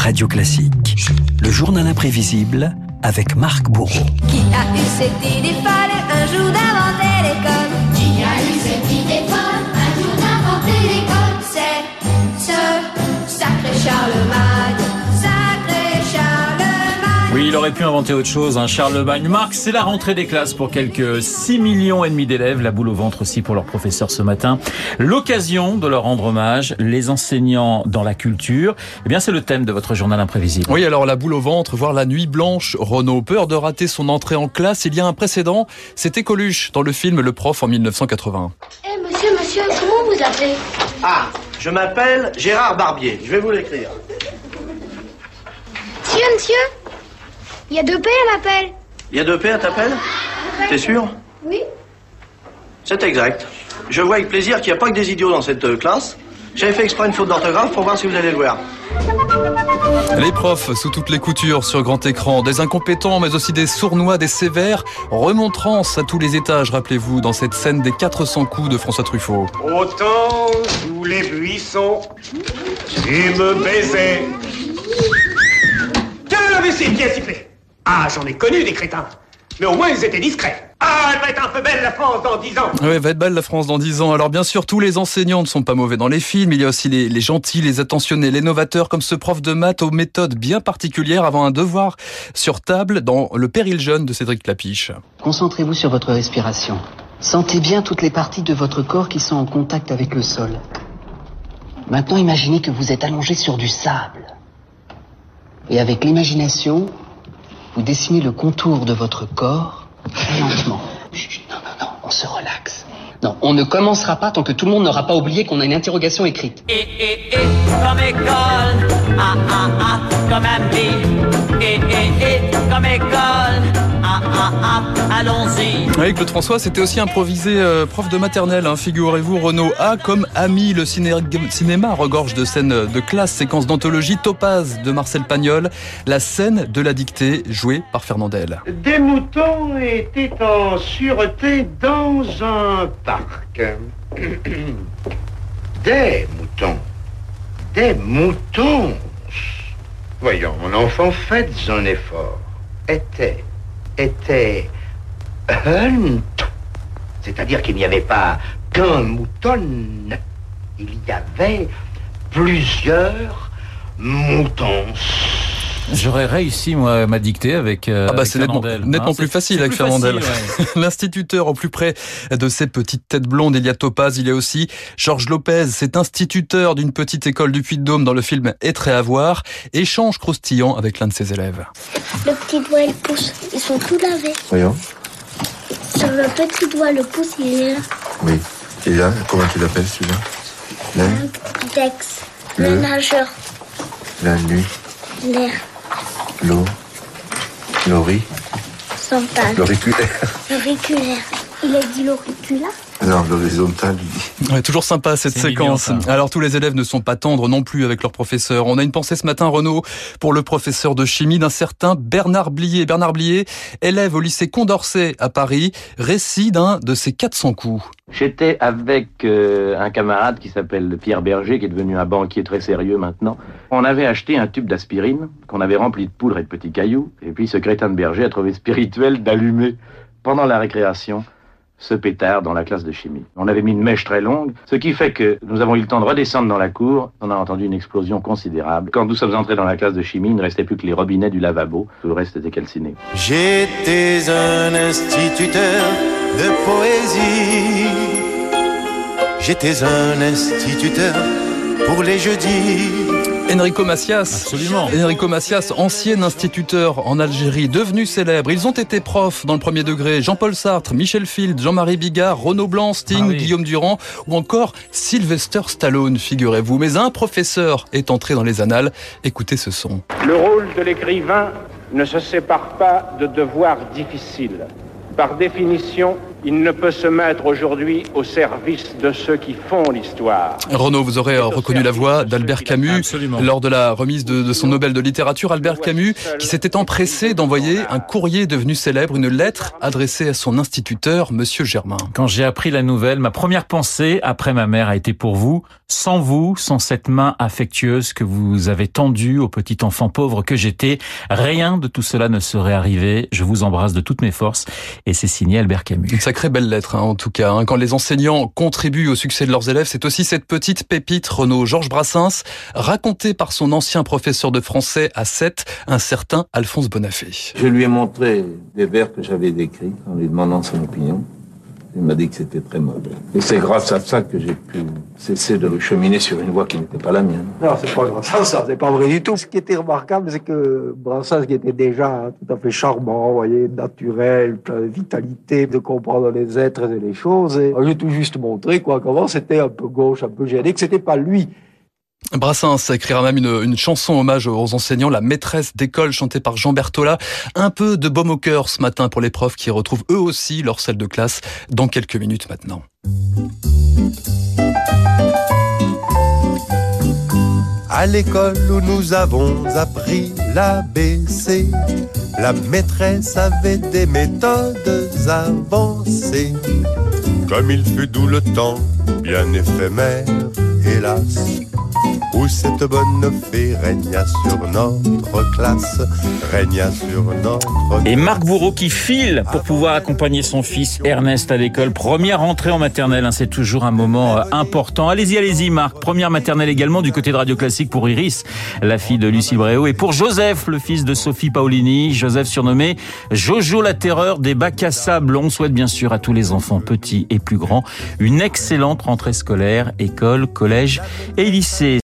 Radio Classique. Le journal imprévisible avec Marc Bourreau. Qui a eu cette idée folle un jour d'inventer l'école? Qui a eu cette idée folle un jour d'inventer l'école? C'est ce sacré Charlemagne, sacré Charlemagne. Oui, il aurait pu inventer autre chose, Charlemagne. Marc, c'est la rentrée des classes pour quelques 6,5 millions d'élèves. La boule au ventre aussi pour leurs professeurs ce matin. L'occasion de leur rendre hommage, les enseignants dans la culture. Eh bien, c'est le thème de votre journal imprévisible. Oui, alors la boule au ventre, voire la nuit blanche. Renaud, peur de rater son entrée en classe. Il y a un précédent, c'était Coluche dans le film Le Prof en 1981. Monsieur, comment vous appelez? Ah, je m'appelle Gérard Barbier. Je vais vous l'écrire. Monsieur, il y a 2 P à l'appel. Il y a 2 P à t'appel? T'es sûr? Oui. C'est exact. Je vois avec plaisir qu'il n'y a pas que des idiots dans cette classe. J'avais fait exprès une faute d'orthographe pour voir si vous allez le voir. Les profs sous toutes les coutures sur grand écran, des incompétents mais aussi des sournois, des sévères, remontrance à tous les étages, rappelez-vous, dans cette scène des 400 coups de François Truffaut. Autant sous les buissons, tu me baisais. Tiens, la vessie, bien sifflé. Ah, j'en ai connu des crétins. Mais au moins, ils étaient discrets. Ah, elle va être un peu belle, la France, dans 10 ans. Oui, va être belle, la France, dans 10 ans. Alors, bien sûr, tous les enseignants ne sont pas mauvais dans les films. Il y a aussi les gentils, les attentionnés, les novateurs, comme ce prof de maths aux méthodes bien particulières avant un devoir sur table dans Le Péril jeune de Cédric Clapiche. Concentrez-vous sur votre respiration. Sentez bien toutes les parties de votre corps qui sont en contact avec le sol. Maintenant, imaginez que vous êtes allongé sur du sable. Et avec l'imagination, vous dessinez le contour de votre corps très lentement. Chut, non, on se relaxe. Non, on ne commencera pas tant que tout le monde n'aura pas oublié qu'on a une interrogation écrite. Comme école, comme ami. Comme école, allons-y. Oui, Claude François, c'était aussi improvisé prof de maternelle, figurez-vous. Renaud A comme ami. Le cinéma regorge de scènes de classe, séquences d'anthologie. Topaz de Marcel Pagnol, la scène de la dictée jouée par Fernandel. Des moutons étaient en sûreté dans un parc. Des moutons. Voyons, mon enfant, faites un effort. Était hunt. C'est-à-dire qu'il n'y avait pas qu'un mouton. Il y avait plusieurs moutons. J'aurais réussi, moi, ma dictée avec c'est nettement plus facile avec Fernandel. Ouais. L'instituteur au plus près de ces petites têtes blondes, il y a Topaz, il y a aussi Georges Lopez, cet instituteur d'une petite école du Puy-de-Dôme dans le film Être et avoir, échange croustillant avec l'un de ses élèves. Le petit doigt et le pouce, ils sont tout lavés. Voyons. Sur le petit doigt, le pouce, il est là. Oui. Et là, comment tu l'appelles celui-là? Dex. Le nageur. La nuit. L'air. L'eau. L'ori. Central. L'auriculaire. L'auriculaire. Il a dit l'auriculaire? Non, l'horizontale. Ouais, toujours sympa cette séquence. Mignon, alors tous les élèves ne sont pas tendres non plus avec leurs professeurs. On a une pensée ce matin, Renaud, pour le professeur de chimie d'un certain Bernard Blier. Bernard Blier, élève au lycée Condorcet à Paris, récit d'un de ses 400 coups. J'étais avec un camarade qui s'appelle Pierre Berger, qui est devenu un banquier très sérieux maintenant. On avait acheté un tube d'aspirine qu'on avait rempli de poudre et de petits cailloux. Et puis ce crétin de Berger a trouvé spirituel d'allumer pendant la récréation ce pétard dans la classe de chimie. On avait mis une mèche très longue, ce qui fait que nous avons eu le temps de redescendre dans la cour. On a entendu une explosion considérable. Quand nous sommes entrés dans la classe de chimie, il ne restait plus que les robinets du lavabo. Tout le reste était calciné. J'étais un instituteur de poésie. J'étais un instituteur pour les jeudis. Enrico Macias. Absolument. Enrico Macias, ancien instituteur en Algérie, devenu célèbre. Ils ont été profs dans le premier degré. Jean-Paul Sartre, Michel Field, Jean-Marie Bigard, Renaud Blanc, Sting, Guillaume Durand ou encore Sylvester Stallone, figurez-vous. Mais un professeur est entré dans les annales. Écoutez ce son. Le rôle de l'écrivain ne se sépare pas de devoirs difficiles. Par définition, il ne peut se mettre aujourd'hui au service de ceux qui font l'histoire. Renaud, vous aurez reconnu la voix d'Albert Camus. Absolument. Lors de la remise de son Nobel de littérature. Albert Camus qui s'était empressé d'envoyer un courrier devenu célèbre, une lettre adressée à son instituteur, Monsieur Germain. Quand j'ai appris la nouvelle, ma première pensée, après ma mère, a été pour vous. Sans vous, sans cette main affectueuse que vous avez tendue au petit enfant pauvre que j'étais, rien de tout cela ne serait arrivé. Je vous embrasse de toutes mes forces. Et c'est signé Albert Camus. Une sacrée belle lettre, en tout cas. Quand les enseignants contribuent au succès de leurs élèves, c'est aussi cette petite pépite, Renaud. Georges Brassens, racontée par son ancien professeur de français à 7, un certain Alphonse Bonafé. Je lui ai montré des vers que j'avais décrits en lui demandant son opinion. Il m'a dit que c'était très mauvais. Et c'est grâce à ça que j'ai pu cesser de cheminer sur une voie qui n'était pas la mienne. Non, c'est pas grâce à ça, c'est pas vrai du tout. Ce qui était remarquable, c'est que Brassens, qui était déjà tout à fait charmant, vous voyez, naturel, plein de vitalité, de comprendre les êtres et les choses. Et j'ai tout juste montré, comment c'était un peu gauche, un peu gêné, que c'était pas lui. Brassens écrira même une chanson hommage aux enseignants, La maîtresse d'école, chantée par Jean Berthollat. Un peu de baume au cœur ce matin pour les profs qui retrouvent eux aussi leur salle de classe dans quelques minutes maintenant. À l'école où nous avons appris l'ABC, la maîtresse avait des méthodes avancées. Comme il fut doux le temps, bien éphémère, hélas, où cette bonne fée régna sur notre classe, régna sur notre classe. Et Marc Bourreau qui file pour pouvoir accompagner son fils Ernest à l'école. Première rentrée en maternelle, c'est toujours un moment important. Allez-y Marc. Première maternelle également du côté de Radio Classique pour Iris, la fille de Lucille Bréau, et pour Joseph, le fils de Sophie Paolini. Joseph surnommé Jojo la terreur des bacs à sable. On souhaite bien sûr à tous les enfants petits et plus grands une excellente rentrée scolaire, école, collège et lycée.